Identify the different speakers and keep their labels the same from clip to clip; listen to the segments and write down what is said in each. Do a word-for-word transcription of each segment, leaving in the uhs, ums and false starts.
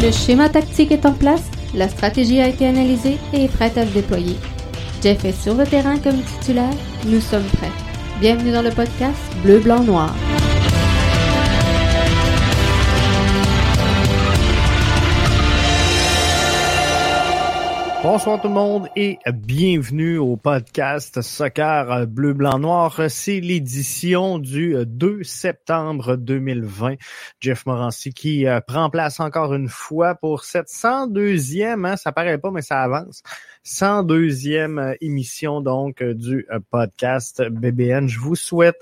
Speaker 1: Le schéma tactique est en place, la stratégie a été analysée et est prête à se déployer. Jeff est sur le terrain comme titulaire, nous sommes prêts. Bienvenue dans le podcast Bleu, Blanc, Noir.
Speaker 2: Bonsoir tout le monde et bienvenue au podcast Soccer Bleu, Blanc, Noir. C'est l'édition du deux septembre deux mille vingt. Jeff Morancy qui prend place encore une fois pour cette cent deuxième, hein, ça paraît pas mais ça avance, cent deuxième émission donc du podcast B B N. Je vous souhaite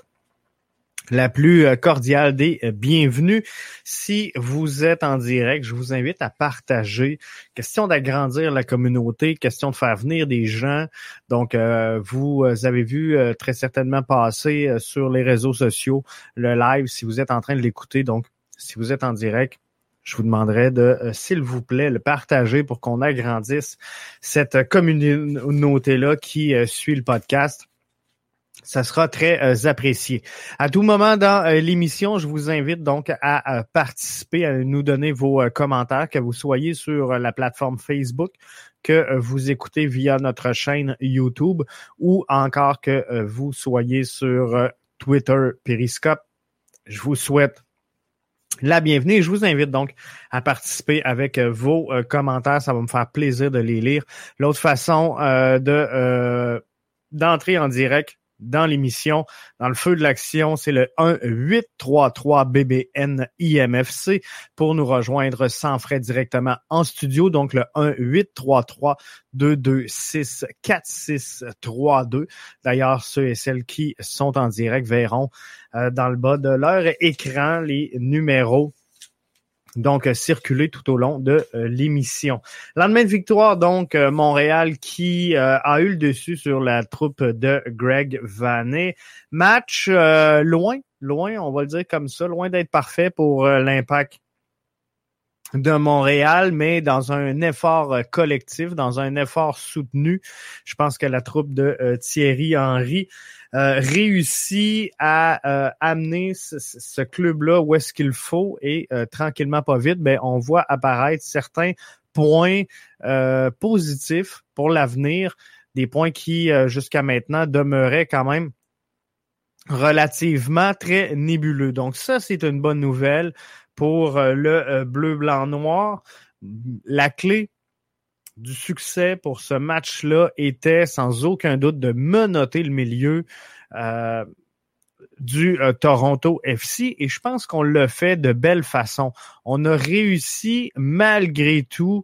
Speaker 2: la plus cordiale des bienvenues. Si vous êtes en direct, je vous invite à partager. Question d'agrandir la communauté, question de faire venir des gens. Donc, euh, vous avez vu euh, très certainement passer euh, sur les réseaux sociaux le live si vous êtes en train de l'écouter. Donc, si vous êtes en direct, je vous demanderai de, euh, s'il vous plaît, le partager pour qu'on agrandisse cette communauté-là qui euh, suit le podcast. Ça sera très euh, apprécié. À tout moment dans euh, l'émission, je vous invite donc à, à participer, à nous donner vos euh, commentaires, que vous soyez sur euh, la plateforme Facebook, que euh, vous écoutez via notre chaîne YouTube ou encore que euh, vous soyez sur euh, Twitter, Periscope. Je vous souhaite la bienvenue et je vous invite donc à participer avec euh, vos euh, commentaires. Ça va me faire plaisir de les lire. L'autre façon euh, de euh, d'entrer en direct dans l'émission, dans le feu de l'action, c'est le un huit trois trois B B N I M F C pour nous rejoindre sans frais directement en studio. Donc, le un huit trois trois deux deux six quatre six trois deux. D'ailleurs, ceux et celles qui sont en direct verront euh, dans le bas de leur écran les numéros. Donc, euh, circuler tout au long de euh, l'émission. Lendemain de victoire, donc, euh, Montréal qui euh, a eu le dessus sur la troupe de Greg Vanney. Match euh, loin, loin, on va le dire comme ça, loin d'être parfait pour euh, l'Impact de Montréal, mais dans un effort euh, collectif, dans un effort soutenu. Je pense que la troupe de euh, Thierry Henry Euh, réussit à euh, amener ce, ce club-là où est-ce qu'il faut et euh, tranquillement pas vite, ben on voit apparaître certains points euh, positifs pour l'avenir, des points qui euh, jusqu'à maintenant demeuraient quand même relativement très nébuleux. Donc ça, c'est une bonne nouvelle pour euh, le euh, bleu, blanc, noir. La clé du succès pour ce match-là était sans aucun doute de menotter le milieu euh, du euh, Toronto F C et je pense qu'on l'a fait de belle façon. On a réussi malgré tout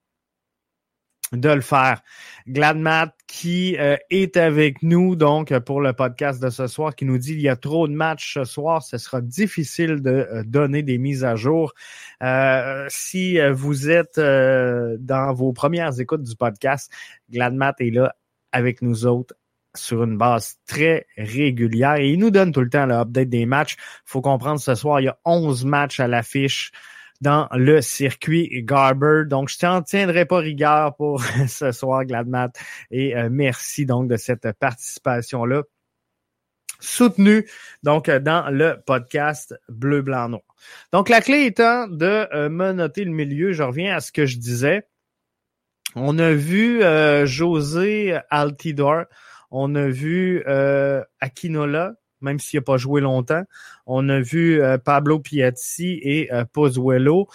Speaker 2: de le faire. Gladmat qui euh, est avec nous donc pour le podcast de ce soir, qui nous dit il y a trop de matchs ce soir, ce sera difficile de euh, donner des mises à jour. Euh, si euh, vous êtes euh, dans vos premières écoutes du podcast, Gladmat est là avec nous autres sur une base très régulière et il nous donne tout le temps l'update des matchs. Il faut comprendre ce soir, il y a onze matchs à l'affiche dans le circuit Garber. Donc, je t'en tiendrai pas rigueur pour ce soir, Gladmat. Et euh, merci donc de cette participation-là soutenue donc dans le podcast Bleu, Blanc, Noir. Donc, la clé étant de euh, menotter le milieu, je reviens à ce que je disais. On a vu euh, José Altidore, on a vu euh, Akinola, même s'il n'a pas joué longtemps. On a vu euh, Pablo Piatti et euh, Pozuelo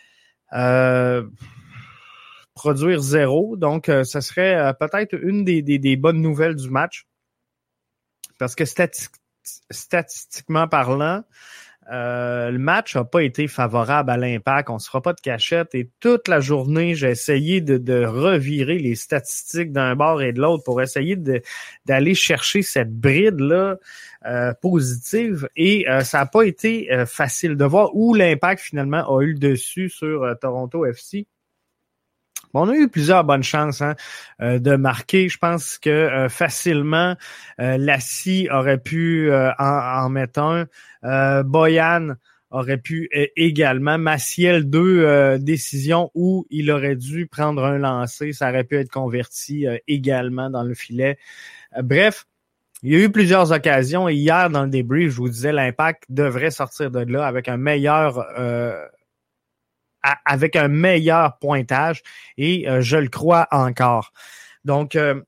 Speaker 2: euh, produire zéro. Donc, euh, ce serait euh, peut-être une des, des, des bonnes nouvelles du match. Parce que stati- statistiquement parlant, euh, le match n'a pas été favorable à l'Impact. On ne se fera pas de cachette. Et toute la journée, j'ai essayé de, de revirer les statistiques d'un bord et de l'autre pour essayer de, d'aller chercher cette bride-là euh, positive. Et euh, ça n'a pas été euh, facile de voir où l'Impact finalement a eu le dessus sur euh, Toronto F C. Bon, on a eu plusieurs bonnes chances hein, euh, de marquer. Je pense que euh, facilement, euh, Lassie aurait pu euh, en, en mettre un. Euh, Boyan aurait pu euh, également. Maciel, deux euh, décisions où il aurait dû prendre un lancer. Ça aurait pu être converti euh, également dans le filet. Euh, bref, il y a eu plusieurs occasions. Et hier, dans le débrief, je vous disais, l'Impact devrait sortir de là avec un meilleur... Euh, à, avec un meilleur pointage et euh, je le crois encore. Donc, euh,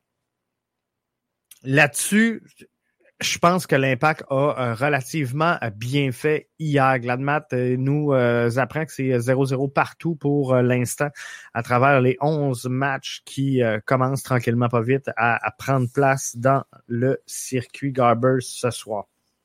Speaker 2: là-dessus, je pense que l'Impact a euh, relativement bien fait hier. Gladmat euh, nous euh, apprend que c'est zéro zéro partout pour euh, l'instant à travers les onze matchs qui euh, commencent tranquillement pas vite à, à prendre place dans le circuit Garbers ce soir.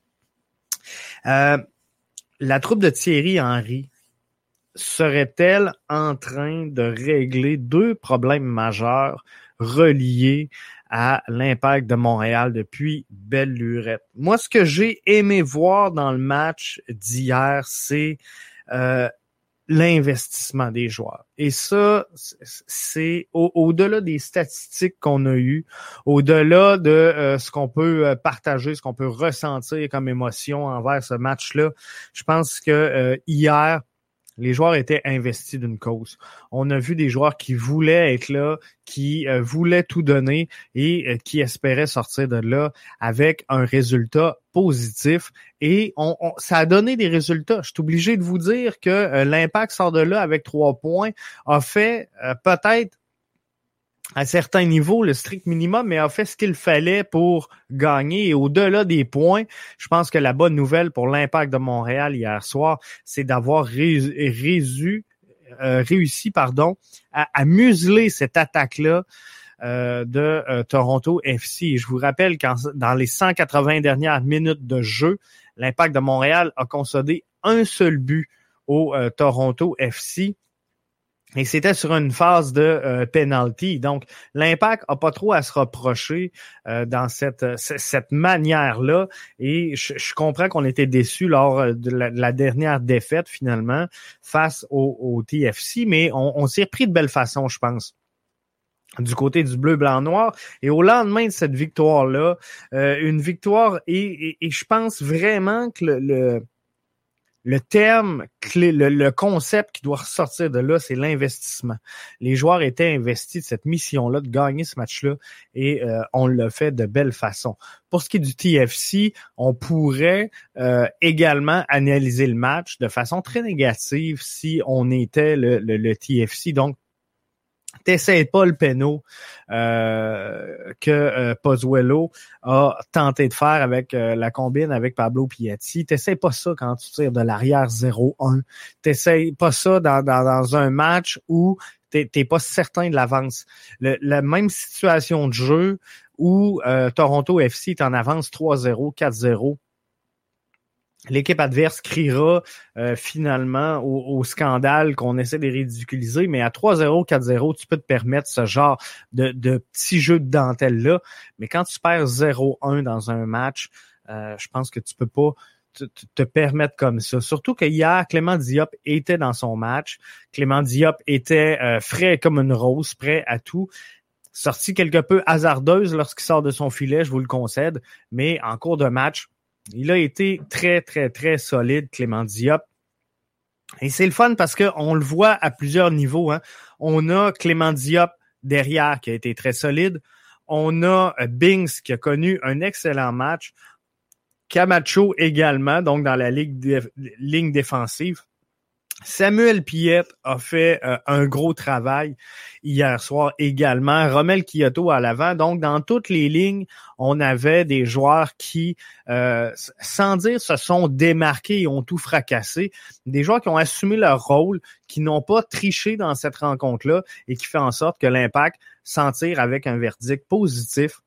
Speaker 2: Euh, la troupe de Thierry Henry serait-elle en train de régler deux problèmes majeurs reliés à l'Impact de Montréal depuis belle lurette? Moi, ce que j'ai aimé voir dans le match d'hier, c'est euh, l'investissement des joueurs. Et ça, c'est au- au-delà des statistiques qu'on a eues, au-delà de euh, ce qu'on peut partager, ce qu'on peut ressentir comme émotion envers ce match-là. Je pense que euh, hier, les joueurs étaient investis d'une cause. On a vu des joueurs qui voulaient être là, qui euh, voulaient tout donner et euh, qui espéraient sortir de là avec un résultat positif. Et on, on, ça a donné des résultats. Je suis obligé de vous dire que euh, l'Impact sort de là avec trois points, a fait euh, peut-être à certains niveaux le strict minimum, mais a fait ce qu'il fallait pour gagner. Et au-delà des points, je pense que la bonne nouvelle pour l'Impact de Montréal hier soir, c'est d'avoir ré- résu, euh, réussi pardon, à, à museler cette attaque-là euh, de euh, Toronto F C. Et je vous rappelle qu'en dans les cent quatre-vingts dernières minutes de jeu, l'Impact de Montréal a concédé un seul but au euh, Toronto F C. Et c'était sur une phase de euh, penalty. Donc, l'Impact a pas trop à se reprocher euh, dans cette cette manière-là. Et je, je comprends qu'on était déçus lors de la, de la dernière défaite, finalement, face au, au T F C. Mais on, on s'y est repris de belle façon, je pense, du côté du bleu, blanc, noir. Et au lendemain de cette victoire-là, euh, une victoire, et, et, et je pense vraiment que le... le Le terme clé, le, le concept qui doit ressortir de là, c'est l'investissement. Les joueurs étaient investis de cette mission-là, de gagner ce match-là, et euh, on l'a fait de belle façon. Pour ce qui est du T F C, on pourrait euh, également analyser le match de façon très négative si on était le, le, le T F C. Donc, t'essayes pas le péno euh, que euh, Pozuelo a tenté de faire avec euh, la combine avec Pablo Piatti. T'essayes pas ça quand tu tires de l'arrière zéro un. T'essayes pas ça dans, dans, dans un match où t'es, t'es pas certain de l'avance. Le, la même situation de jeu où euh, Toronto F C est en avance trois zéro, quatre zéro. L'équipe adverse criera euh, finalement au, au scandale qu'on essaie de ridiculiser, mais à trois zéro, quatre zéro, tu peux te permettre ce genre de, de petits jeux de dentelle-là. Mais quand tu perds zéro un dans un match, euh, je pense que tu peux pas te, te permettre comme ça. Surtout que hier, Clément Diop était dans son match. Clément Diop était euh, frais comme une rose, prêt à tout. Sortie quelque peu hasardeuse lorsqu'il sort de son filet, je vous le concède, mais en cours de match, il a été très, très, très solide, Clément Diop. Et c'est le fun parce qu'on le voit à plusieurs niveaux. Hein. On a Clément Diop derrière qui a été très solide. On a Bings qui a connu un excellent match. Camacho également, donc dans la ligue, dé- ligne défensive. Samuel Piette a fait euh, un gros travail hier soir également. Romel Kyoto à l'avant. Donc, dans toutes les lignes, on avait des joueurs qui, euh, sans dire se sont démarqués et ont tout fracassé. Des joueurs qui ont assumé leur rôle, qui n'ont pas triché dans cette rencontre-là et qui fait en sorte que l'Impact s'en tire avec un verdict positif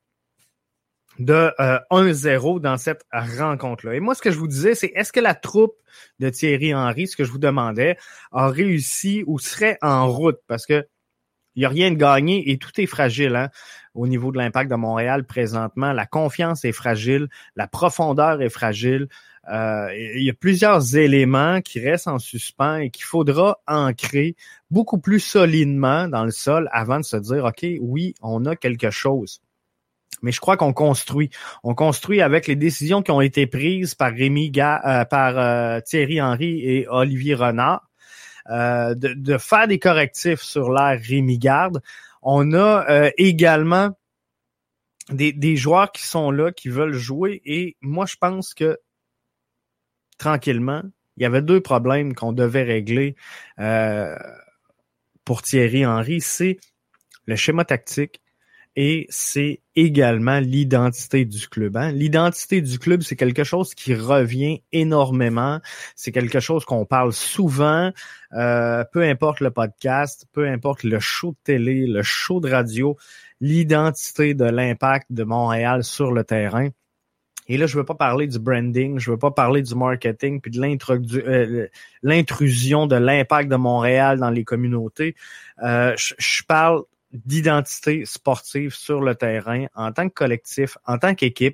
Speaker 2: de euh, un zéro dans cette rencontre-là. Et moi, ce que je vous disais, c'est est-ce que la troupe de Thierry Henry, ce que je vous demandais, a réussi ou serait en route? Parce que il n'y a rien de gagné et tout est fragile hein, au niveau de l'Impact de Montréal présentement. La confiance est fragile, la profondeur est fragile. Euh, il y a plusieurs éléments qui restent en suspens et qu'il faudra ancrer beaucoup plus solidement dans le sol avant de se dire, OK, oui, on a quelque chose. Mais je crois qu'on construit. On construit avec les décisions qui ont été prises par Rémi Ga- euh, par euh, Thierry Henry et Olivier Renard, euh, de, de faire des correctifs sur l'ère Rémi Garde. On a euh, également des, des joueurs qui sont là, qui veulent jouer. Et moi, je pense que tranquillement, il y avait deux problèmes qu'on devait régler euh, pour Thierry Henry, c'est le schéma tactique et c'est également l'identité du club. Hein? L'identité du club, c'est quelque chose qui revient énormément, c'est quelque chose qu'on parle souvent, euh, peu importe le podcast, peu importe le show de télé, le show de radio, l'identité de l'Impact de Montréal sur le terrain. Et là, je veux pas parler du branding, je veux pas parler du marketing puis de l'introdu- euh, l'intrusion de l'Impact de Montréal dans les communautés. Euh, je, je parle d'identité sportive sur le terrain en tant que collectif, en tant qu'équipe.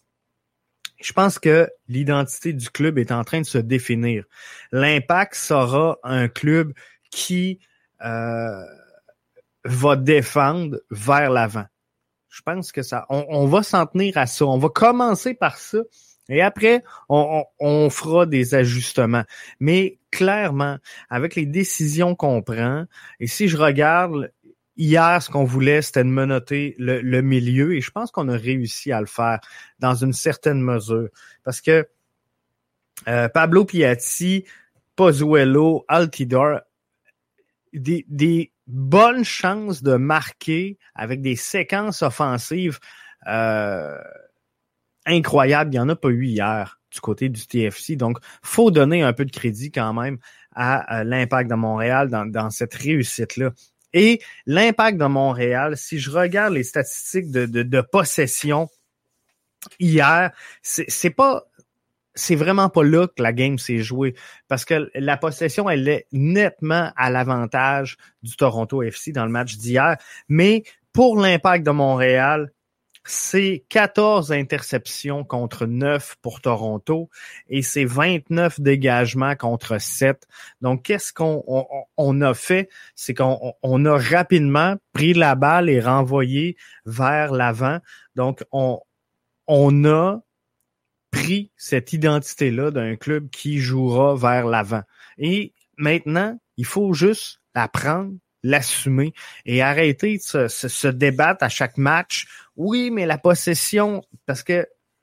Speaker 2: Je pense que l'identité du club est en train de se définir. L'Impact sera un club qui euh, va défendre vers l'avant. Je pense que ça, on, on va s'en tenir à ça. On va commencer par ça et après, on, on, on fera des ajustements. Mais clairement, avec les décisions qu'on prend, et si je regarde hier, ce qu'on voulait, c'était de menotter le, le milieu et je pense qu'on a réussi à le faire dans une certaine mesure. Parce que euh, Pablo Piatti, Pozuelo, Altidore, des, des bonnes chances de marquer avec des séquences offensives euh, incroyables. Il n'y en a pas eu hier du côté du T F C. Donc, faut donner un peu de crédit quand même à, à l'Impact de Montréal dans, dans cette réussite-là. Et l'Impact de Montréal, si je regarde les statistiques de, de, de possession hier, c'est, c'est pas, c'est vraiment pas là que la game s'est jouée. Parce que la possession, elle est nettement à l'avantage du Toronto F C dans le match d'hier. Mais pour l'Impact de Montréal, c'est quatorze interceptions contre neuf pour Toronto et c'est vingt-neuf dégagements contre sept. Donc, qu'est-ce qu'on on, on a fait? C'est qu'on on a rapidement pris la balle et renvoyé vers l'avant. Donc, on, on a pris cette identité-là d'un club qui jouera vers l'avant. Et maintenant, il faut juste la prendre, l'assumer et arrêter de se, se, se débattre à chaque match. Oui, mais la possession, parce que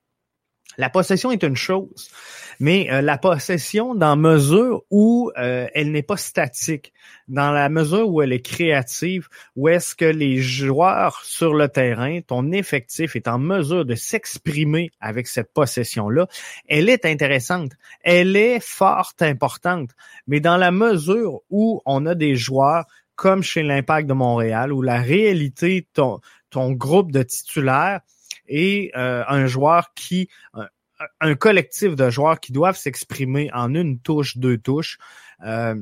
Speaker 2: la possession est une chose, mais euh, la possession dans mesure où euh, elle n'est pas statique, dans la mesure où elle est créative, où est-ce que les joueurs sur le terrain, ton effectif est en mesure de s'exprimer avec cette possession-là, elle est intéressante, elle est fort importante, mais dans la mesure où on a des joueurs comme chez l'Impact de Montréal, où la réalité, ton, ton groupe de titulaires est euh, un joueur qui, un, un collectif de joueurs qui doivent s'exprimer en une touche, deux touches, euh,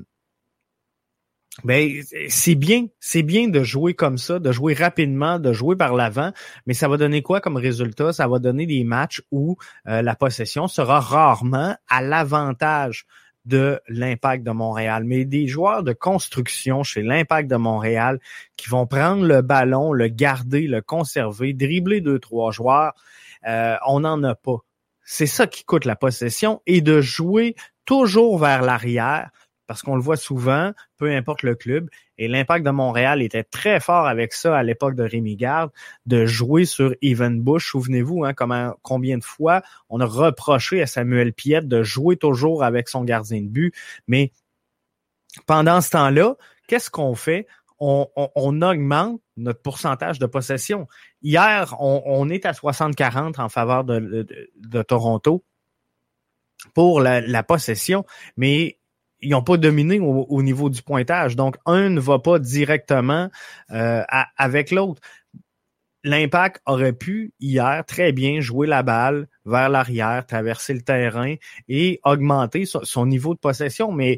Speaker 2: ben c'est bien, c'est bien de jouer comme ça, de jouer rapidement, de jouer par l'avant, mais ça va donner quoi comme résultat? Ça va donner des matchs où euh, la possession sera rarement à l'avantage de l'Impact de Montréal, mais des joueurs de construction chez l'Impact de Montréal qui vont prendre le ballon, le garder, le conserver, dribbler deux, trois joueurs, euh, on n'en a pas. C'est ça qui coûte la possession et de jouer toujours vers l'arrière, parce qu'on le voit souvent, peu importe le club, et l'Impact de Montréal était très fort avec ça à l'époque de Rémi Garde, de jouer sur Evan Bush. Souvenez-vous, hein, comment, combien de fois on a reproché à Samuel Piette de jouer toujours avec son gardien de but, mais pendant ce temps-là, qu'est-ce qu'on fait? On, on, on augmente notre pourcentage de possession. Hier, on, on est à soixante quarante en faveur de, de, de Toronto pour la, la possession, mais ils n'ont pas dominé au, au niveau du pointage. Donc, un ne va pas directement euh, à, avec l'autre. L'Impact aurait pu, hier, très bien jouer la balle vers l'arrière, traverser le terrain et augmenter son, son niveau de possession. Mais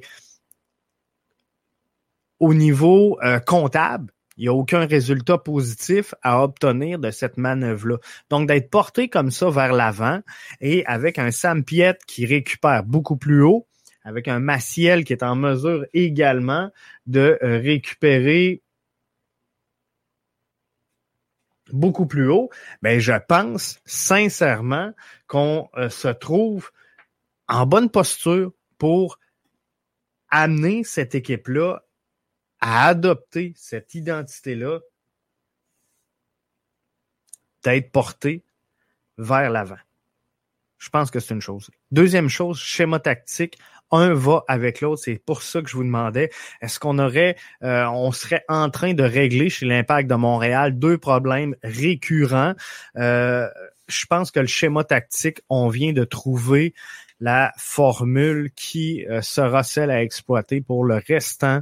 Speaker 2: au niveau euh, comptable, il n'y a aucun résultat positif à obtenir de cette manœuvre-là. Donc, d'être porté comme ça vers l'avant et avec un Sam Piette qui récupère beaucoup plus haut, avec un Maciel qui est en mesure également de euh, récupérer beaucoup plus haut, ben je pense sincèrement qu'on euh, se trouve en bonne posture pour amener cette équipe-là à adopter cette identité-là d'être portée vers l'avant. Je pense que c'est une chose. Deuxième chose, schéma tactique. Un va avec l'autre. C'est pour ça que je vous demandais, est-ce qu'on aurait, euh, on serait en train de régler chez l'Impact de Montréal deux problèmes récurrents. Euh, je pense que le schéma tactique, on vient de trouver la formule qui euh, sera celle à exploiter pour le restant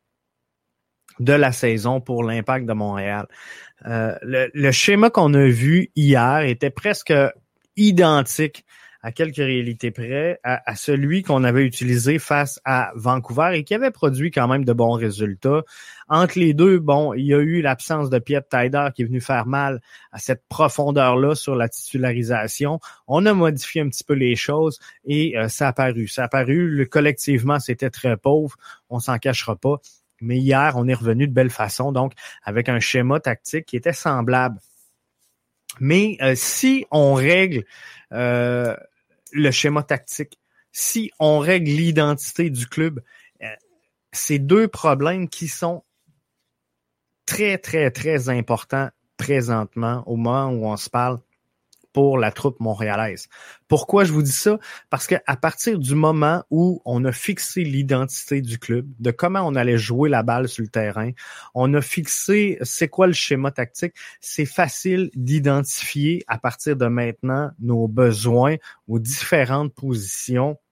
Speaker 2: de la saison pour l'Impact de Montréal. Euh, le, le schéma qu'on a vu hier était presque identique à quelques réalités près à, à celui qu'on avait utilisé face à Vancouver et qui avait produit quand même de bons résultats. Entre les deux, bon, il y a eu l'absence de Piet Taider qui est venu faire mal à cette profondeur-là sur la titularisation. On a modifié un petit peu les choses et euh, ça a paru. Ça a paru, le, collectivement, c'était très pauvre, on s'en cachera pas. Mais hier, on est revenu de belle façon, donc avec un schéma tactique qui était semblable. Mais euh, si on règle euh, le schéma tactique, si on règle l'identité du club, euh, c'est deux problèmes qui sont très, très, très importants présentement au moment où on se parle pour la troupe montréalaise. Pourquoi je vous dis ça? Parce que à partir du moment où on a fixé l'identité du club, de comment on allait jouer la balle sur le terrain, on a fixé c'est quoi le schéma tactique, c'est facile d'identifier à partir de maintenant nos besoins aux différentes positions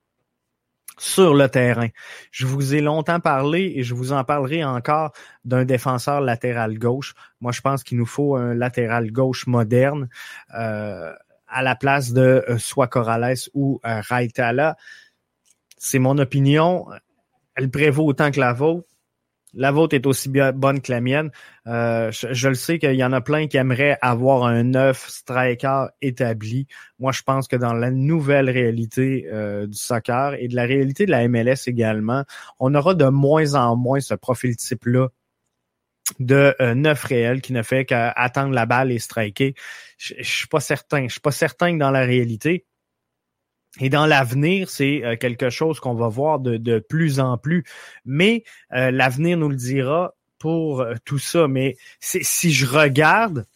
Speaker 2: sur le terrain. Je vous ai longtemps parlé et je vous en parlerai encore d'un défenseur latéral gauche. Moi, je pense qu'il nous faut un latéral gauche moderne euh, à la place de euh, soit Corrales ou euh, Raitala. C'est mon opinion. Elle prévaut autant que la vôtre. La vôtre est aussi bien bonne que la mienne. Euh, je, je le sais qu'il y en a plein qui aimeraient avoir un neuf striker établi. Moi, je pense que dans la nouvelle réalité euh, du soccer et de la réalité de la M L S également, on aura de moins en moins ce profil type-là de euh, neuf réel qui ne fait qu'attendre la balle et striker. Je, je suis pas certain. Je suis pas certain que dans la réalité, et dans l'avenir, c'est euh, quelque chose qu'on va voir de, de plus en plus. Mais euh, l'avenir nous le dira pour euh, tout ça. Mais c'est, si je regarde,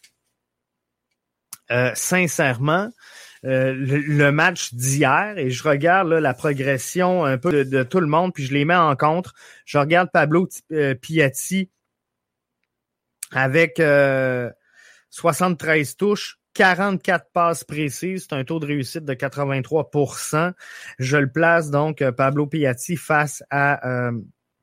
Speaker 2: euh, sincèrement, euh, le, le match d'hier, et je regarde là, la progression un peu de, de tout le monde, puis je les mets en contre. Je regarde Pablo euh, Piatti avec euh, soixante-treize touches, quarante-quatre passes précises, c'est un taux de réussite de quatre-vingt-trois pour cent. Je le place donc Pablo Piatti face à euh,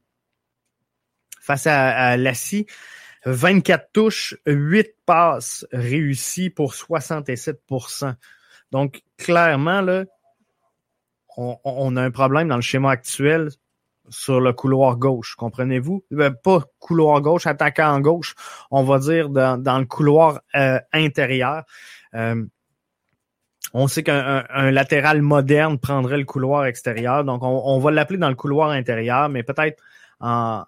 Speaker 2: face à, à Lassie. vingt-quatre touches, huit passes réussies pour soixante-sept pour cent. Donc clairement là, on, on a un problème dans le schéma actuel sur le couloir gauche, comprenez-vous? Ben, pas couloir gauche, attaquant gauche, on va dire dans, dans le couloir euh, intérieur. Euh, on sait qu'un un, un latéral moderne prendrait le couloir extérieur, donc on, on va l'appeler dans le couloir intérieur, mais peut-être en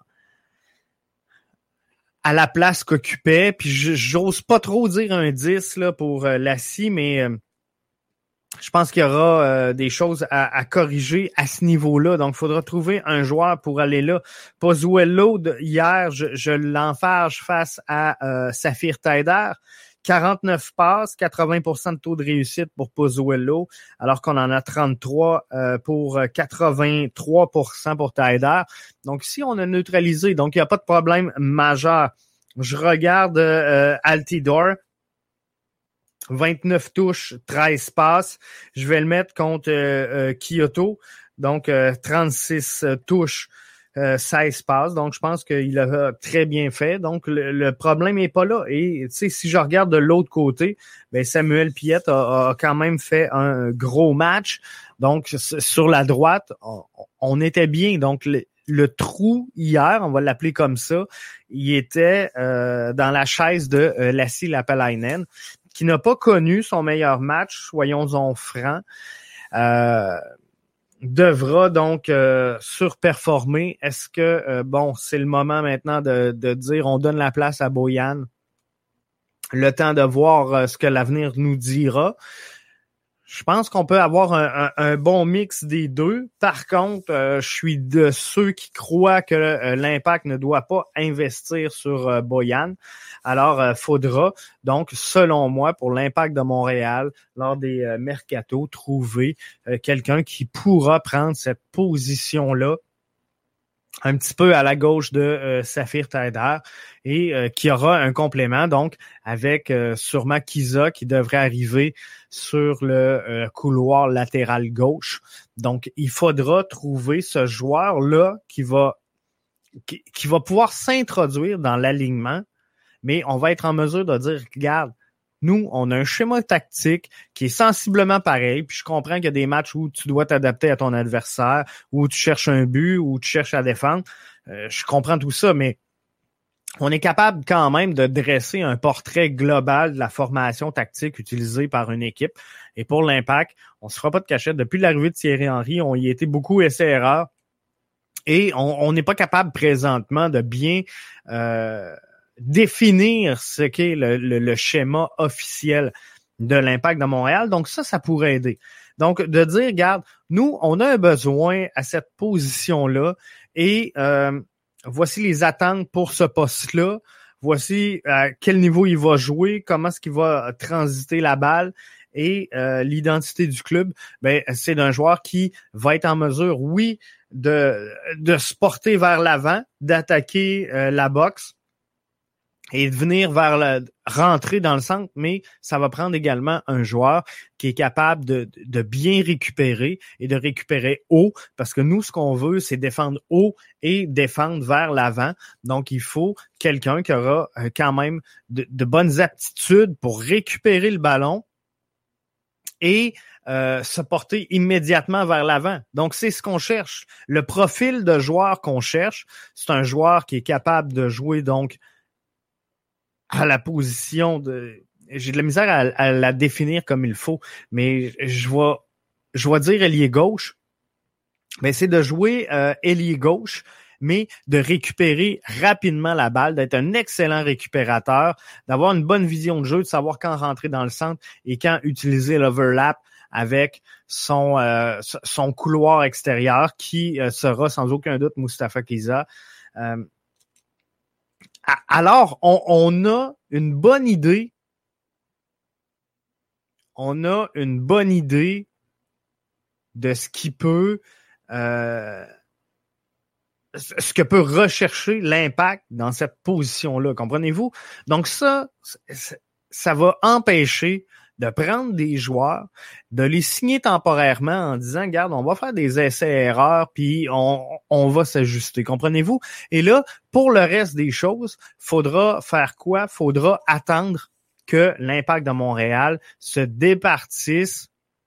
Speaker 2: à la place qu'occupait, puis j'ose pas trop dire un dix là, pour euh, Lassie, mais euh, je pense qu'il y aura euh, des choses à, à corriger à ce niveau-là. Donc, il faudra trouver un joueur pour aller là. Pozuelo, de, hier, je, je l'enfarge face à euh, Saphir Taider. quarante-neuf passes, quatre-vingts pour cent de taux de réussite pour Pozuelo, alors qu'on en a trente-trois euh, pour quatre-vingt-trois pour cent pour Taider. Donc, ici, on a neutralisé. Donc, il n'y a pas de problème majeur. Je regarde euh, Altidore. vingt-neuf touches, treize passes. Je vais le mettre contre euh, euh, Kyoto. Donc, euh, trente-six touches, euh, seize passes. Donc, je pense qu'il a très bien fait. Donc, le, le problème n'est pas là. Et, tu sais, si je regarde de l'autre côté, ben Samuel Piette a, a quand même fait un gros match. Donc, sur la droite, on, on était bien. Donc, le, le trou hier, on va l'appeler comme ça, il était euh, dans la chaise de euh, Lassi Lapalainen, qui n'a pas connu son meilleur match, soyons-en francs, euh, devra donc euh, surperformer. Est-ce que, euh, bon, c'est le moment maintenant de, de dire on donne la place à Boyan, le temps de voir euh, ce que l'avenir nous dira. Je pense qu'on peut avoir un, un, un bon mix des deux. Par contre, euh, je suis de ceux qui croient que euh, l'Impact ne doit pas investir sur euh, Bojan. Alors, euh, faudra donc, selon moi, pour l'Impact de Montréal, lors des euh, mercatos, trouver euh, quelqu'un qui pourra prendre cette position-là un petit peu à la gauche de euh, Saphir Taider et euh, qui aura un complément, donc, avec euh, sûrement Kiza qui devrait arriver sur le euh, couloir latéral gauche. Donc, il faudra trouver ce joueur-là qui va qui, qui va pouvoir s'introduire dans l'alignement, mais on va être en mesure de dire, regarde, nous, on a un schéma tactique qui est sensiblement pareil, puis je comprends qu'il y a des matchs où tu dois t'adapter à ton adversaire, où tu cherches un but, où tu cherches à défendre. Euh, je comprends tout ça, mais on est capable quand même de dresser un portrait global de la formation tactique utilisée par une équipe. Et pour l'Impact, on ne se fera pas de cachette. Depuis l'arrivée de Thierry Henry, on y a été beaucoup essais-erreurs et on n'est pas capable présentement de bien... Euh, définir ce qu'est le, le, le schéma officiel de l'Impact de Montréal. Donc ça, ça pourrait aider. Donc de dire, regarde, nous, on a un besoin à cette position-là et euh, voici les attentes pour ce poste-là. Voici à quel niveau il va jouer, comment est-ce qu'il va transiter la balle et euh, l'identité du club. Ben, c'est d'un joueur qui va être en mesure, oui, de, de se porter vers l'avant, d'attaquer euh, la boxe, et de venir vers la, rentrer dans le centre, mais ça va prendre également un joueur qui est capable de, de bien récupérer et de récupérer haut, parce que nous, ce qu'on veut, c'est défendre haut et défendre vers l'avant. Donc, il faut quelqu'un qui aura quand même de, de bonnes aptitudes pour récupérer le ballon et euh, se porter immédiatement vers l'avant. Donc, c'est ce qu'on cherche. Le profil de joueur qu'on cherche, c'est un joueur qui est capable de jouer donc à la position de... J'ai de la misère à, à la définir comme il faut, mais je vais, je vais dire ailier gauche, mais c'est de jouer euh, ailier gauche, mais de récupérer rapidement la balle, d'être un excellent récupérateur, d'avoir une bonne vision de jeu, de savoir quand rentrer dans le centre et quand utiliser l'overlap avec son euh, son couloir extérieur qui euh, sera sans aucun doute Moustapha Kiza. Euh, Alors, on, on a une bonne idée. On a une bonne idée de ce qui peut, euh, ce que peut rechercher l'Impact dans cette position-là. Comprenez-vous? Donc ça, ça va empêcher de prendre des joueurs, de les signer temporairement en disant, regarde, on va faire des essais-erreurs, puis on, on va s'ajuster. Comprenez-vous? Et là, pour le reste des choses, faudra faire quoi? Faudra attendre que l'Impact de Montréal se départisse,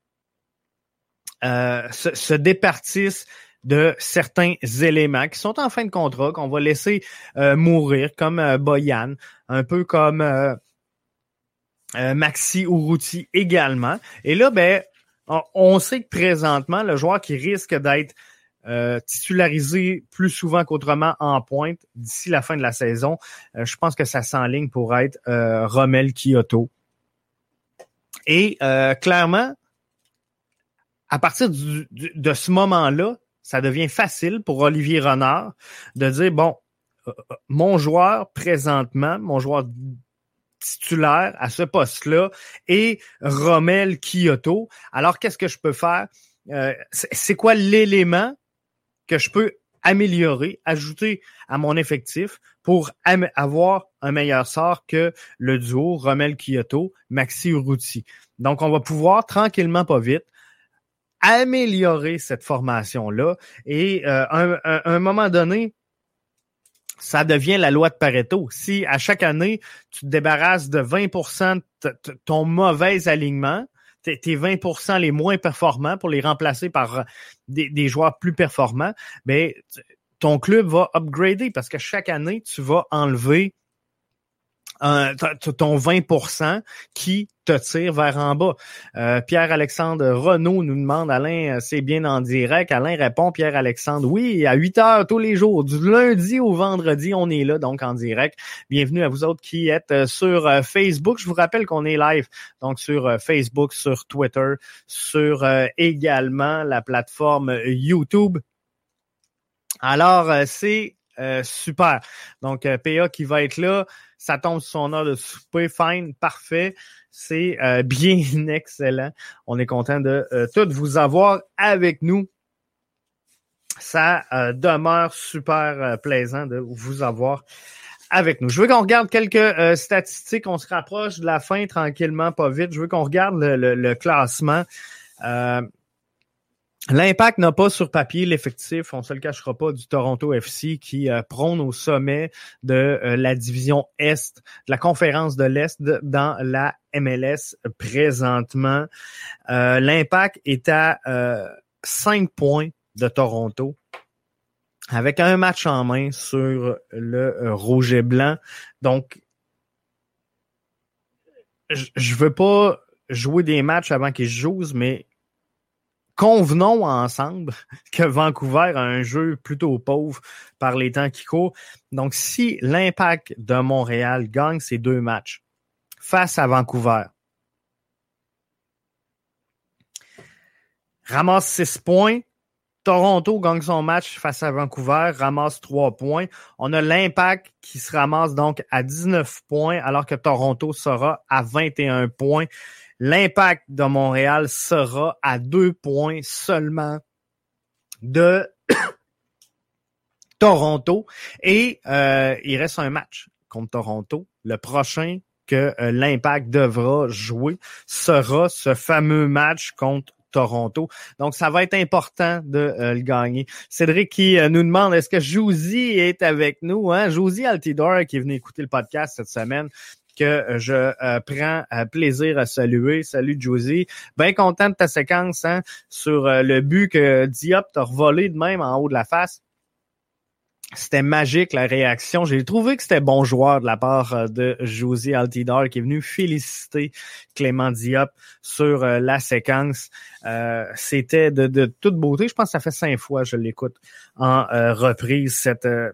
Speaker 2: euh, se, se départisse de certains éléments qui sont en fin de contrat, qu'on va laisser euh, mourir, comme euh, Bojan, un peu comme... Euh, Euh, Maxi Urruti également. Et là, ben, on, on sait que présentement, le joueur qui risque d'être euh, titularisé plus souvent qu'autrement en pointe d'ici la fin de la saison, euh, je pense que ça s'enligne pour être euh, Romell Kyoto. Et euh, clairement, à partir du, du, de ce moment-là, ça devient facile pour Olivier Renard de dire, bon, euh, mon joueur présentement, mon joueur titulaire à ce poste-là et Romell Kyoto. Alors, qu'est-ce que je peux faire? Euh, c'est quoi l'élément que je peux améliorer, ajouter à mon effectif pour am- avoir un meilleur sort que le duo Romell Kyoto, Maxi Urruti. Donc, on va pouvoir tranquillement, pas vite, améliorer cette formation-là et euh, à un, un moment donné, ça devient la loi de Pareto. Si à chaque année, tu te débarrasses de vingt pour cent de t- t- ton mauvais alignement, tes, tes vingt pour cent les moins performants pour les remplacer par des, des joueurs plus performants, ben ton club va upgrader parce que chaque année, tu vas enlever un, ton vingt pour cent qui te tire vers en bas. Euh, Pierre-Alexandre Renaud nous demande, Alain, c'est bien en direct. Alain répond, Pierre-Alexandre, oui, à huit heures tous les jours, du lundi au vendredi, on est là, donc en direct. Bienvenue à vous autres qui êtes sur Facebook. Je vous rappelle qu'on est live, donc sur Facebook, sur Twitter, sur euh, également la plateforme YouTube. Alors, euh, c'est euh, super. Donc, euh, P A qui va être là, ça tombe sur son heure de souper, fine, parfait. C'est euh, bien excellent. On est content de euh, tout vous avoir avec nous. Ça euh, demeure super euh, plaisant de vous avoir avec nous. Je veux qu'on regarde quelques euh, statistiques. On se rapproche de la fin tranquillement, pas vite. Je veux qu'on regarde le, le, le classement. Euh, L'Impact n'a pas sur papier l'effectif, on se le cachera pas, du Toronto F C qui euh, prône au sommet de euh, la division Est, de la conférence de l'Est de, dans la M L S présentement. Euh, L'Impact est à euh, cinq points de Toronto avec un match en main sur le euh, rouge et blanc. Donc, je, je veux pas jouer des matchs avant qu'ils jouent, mais convenons ensemble que Vancouver a un jeu plutôt pauvre par les temps qui courent. Donc, si l'Impact de Montréal gagne ces deux matchs face à Vancouver, ramasse six points, Toronto gagne son match face à Vancouver, ramasse trois points. On a l'Impact qui se ramasse donc à dix-neuf points, alors que Toronto sera à vingt et un points. L'Impact de Montréal sera à deux points seulement de Toronto. Et euh, il reste un match contre Toronto. Le prochain que euh, l'Impact devra jouer sera ce fameux match contre Toronto. Donc, ça va être important de euh, le gagner. Cédric qui euh, nous demande, est-ce que Josie est avec nous? Hein? Josie Altidore qui est venu écouter le podcast cette semaine, que je euh, prends euh, plaisir à saluer. Salut Josie. Bien content de ta séquence hein, sur euh, le but que Diop t'a revolé de même en haut de la face. C'était magique la réaction. J'ai trouvé que c'était bon joueur de la part de Josie Altidore qui est venu féliciter Clément Diop sur euh, la séquence. Euh, c'était de, de toute beauté. Je pense que ça fait cinq fois que je l'écoute en euh, reprise cette euh,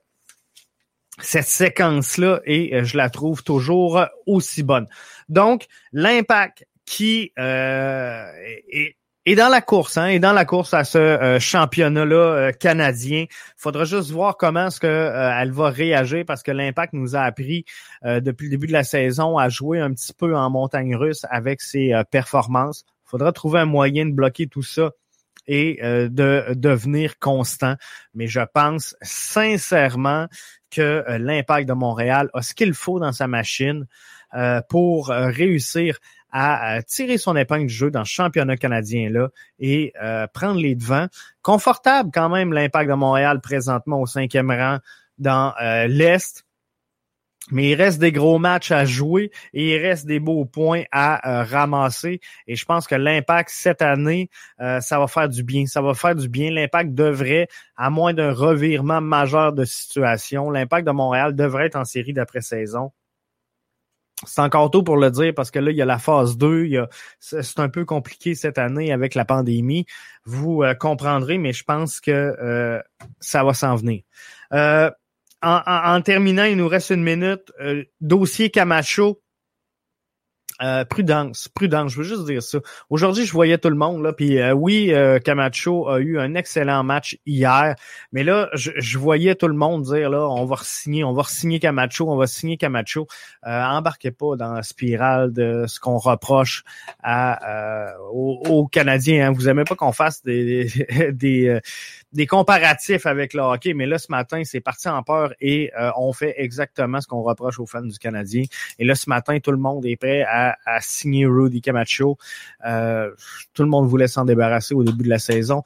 Speaker 2: cette séquence-là et euh, je la trouve toujours aussi bonne. Donc, l'Impact qui euh, est, est dans la course, hein, est dans la course à ce euh, championnat-là euh, canadien. Faudra juste voir comment est-ce que euh, elle va réagir parce que l'Impact nous a appris euh, depuis le début de la saison à jouer un petit peu en montagne russe avec ses euh, performances. Faudra trouver un moyen de bloquer tout ça et euh, de devenir constant. Mais je pense sincèrement que euh, l'Impact de Montréal a ce qu'il faut dans sa machine euh, pour euh, réussir à, à tirer son épingle du jeu dans ce championnat canadien-là et euh, prendre les devants. Confortable quand même l'Impact de Montréal présentement au cinquième rang dans euh, l'Est. Mais il reste des gros matchs à jouer et il reste des beaux points à euh, ramasser. Et je pense que l'Impact, cette année, euh, ça va faire du bien. Ça va faire du bien. L'Impact devrait, à moins d'un revirement majeur de situation, l'Impact de Montréal devrait être en série d'après-saison. C'est encore tôt pour le dire parce que là, il y a la phase deux. Il y a, c'est un peu compliqué cette année avec la pandémie. Vous euh, comprendrez, mais je pense que euh, ça va s'en venir. Euh, En, en, en terminant, il nous reste une minute. Euh, dossier Camacho. Euh, prudence, prudence, je veux juste dire ça. Aujourd'hui, je voyais tout le monde, là, puis euh, oui, euh, Camacho a eu un excellent match hier, mais là, je, je voyais tout le monde dire, là, on va re-signer, on va re-signer Camacho, on va signer Camacho. Euh, embarquez pas dans la spirale de ce qu'on reproche à, euh, aux, aux Canadiens. Hein. Vous aimez pas qu'on fasse des des, des, euh, des comparatifs avec le hockey, mais là, ce matin, c'est parti en peur et euh, on fait exactement ce qu'on reproche aux fans du Canadien. Et là, ce matin, tout le monde est prêt à à signer Rudy Camacho. Euh, tout le monde voulait s'en débarrasser au début de la saison.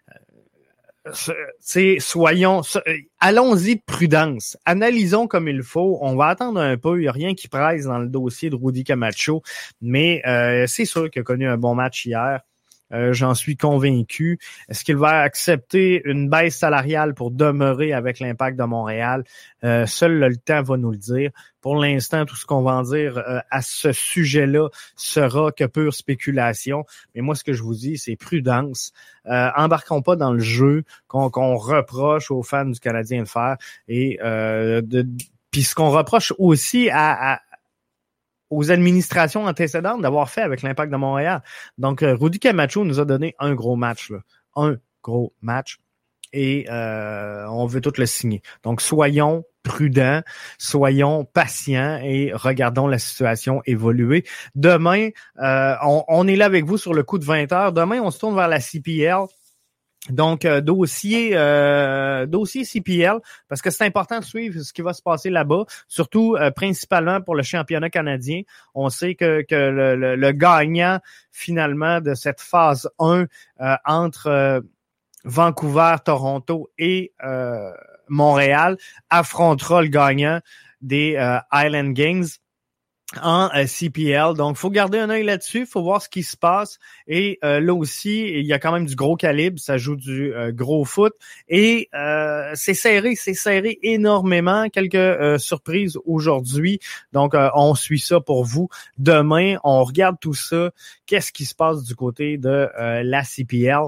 Speaker 2: Euh, soyons, allons-y de prudence. Analysons comme il faut. On va attendre un peu. Il n'y a rien qui presse dans le dossier de Rudy Camacho, mais euh, c'est sûr qu'il a connu un bon match hier. Euh, j'en suis convaincu. Est-ce qu'il va accepter une baisse salariale pour demeurer avec l'Impact de Montréal? Euh, seul le temps va nous le dire. Pour l'instant, tout ce qu'on va en dire euh, à ce sujet-là sera que pure spéculation. Mais moi, ce que je vous dis, c'est prudence. Euh, embarquons pas dans le jeu qu'on, qu'on reproche aux fans du Canadien de faire. Et euh, de, puis ce qu'on reproche aussi à, à aux administrations antécédentes d'avoir fait avec l'Impact de Montréal. Donc, euh, Rudy Camacho nous a donné un gros match, là. Un gros match. Et euh, on veut tout le signer. Donc, soyons prudents, soyons patients et regardons la situation évoluer. Demain, euh, on, on est là avec vous sur le coup de vingt heures. Demain, on se tourne vers la C P L. Donc, euh, dossier euh, dossier C P L, parce que c'est important de suivre ce qui va se passer là-bas, surtout euh, principalement pour le championnat canadien. On sait que, que le, le, le gagnant, finalement, de cette phase un euh, entre euh, Vancouver, Toronto et euh, Montréal affrontera le gagnant des euh, Island Games en euh, C P L. Donc, faut garder un œil là-dessus, faut voir ce qui se passe. Et euh, là aussi, il y a quand même du gros calibre, ça joue du euh, gros foot. Et euh, c'est serré, c'est serré énormément. Quelques euh, surprises aujourd'hui. Donc, euh, on suit ça pour vous. Demain, on regarde tout ça. Qu'est-ce qui se passe du côté de euh, la C P L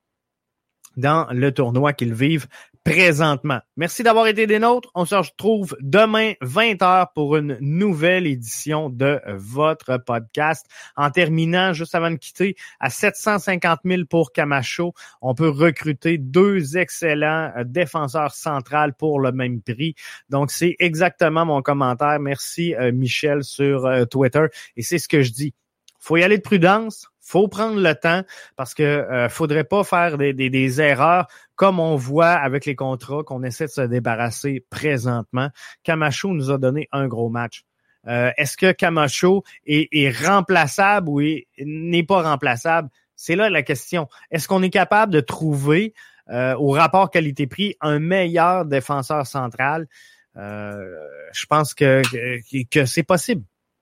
Speaker 2: dans le tournoi qu'ils vivent présentement. Merci d'avoir été des nôtres. On se retrouve demain vingt heures pour une nouvelle édition de votre podcast. En terminant, juste avant de quitter, à sept cent cinquante mille pour Camacho, on peut recruter deux excellents défenseurs centrales pour le même prix. Donc, c'est exactement mon commentaire. Merci euh, Michel sur euh, Twitter. Et c'est ce que je dis. Faut y aller de prudence. Faut prendre le temps parce que euh, faudrait pas faire des, des, des erreurs comme on voit avec les contrats qu'on essaie de se débarrasser présentement. Camacho nous a donné un gros match. Euh, est-ce que Camacho est, est remplaçable ou est, n'est pas remplaçable? C'est là la question. Est-ce qu'on est capable de trouver euh, au rapport qualité-prix un meilleur défenseur central? Euh, je pense que, que, que c'est possible.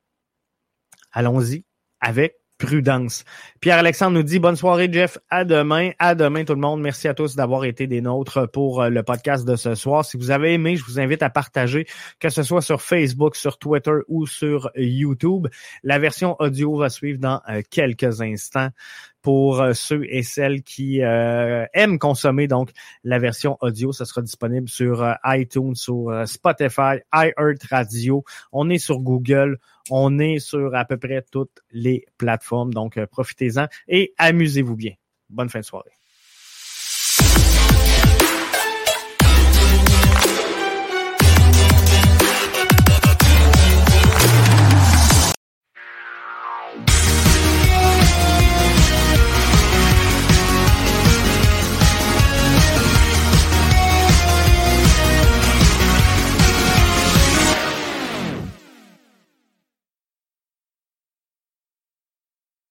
Speaker 2: Allons-y avec prudence. Pierre-Alexandre nous dit « Bonne soirée, Jeff. À demain. » À demain, tout le monde. Merci à tous d'avoir été des nôtres pour le podcast de ce soir. Si vous avez aimé, je vous invite à partager, que ce soit sur Facebook, sur Twitter ou sur YouTube. La version audio va suivre dans euh, quelques instants pour euh, ceux et celles qui euh, aiment consommer donc la version audio. Ça sera disponible sur euh, iTunes, sur euh, Spotify, iHeartRadio. On est sur Google. On est sur à peu près toutes les plateformes. Donc, euh, profitez-en et amusez-vous bien. Bonne fin de soirée.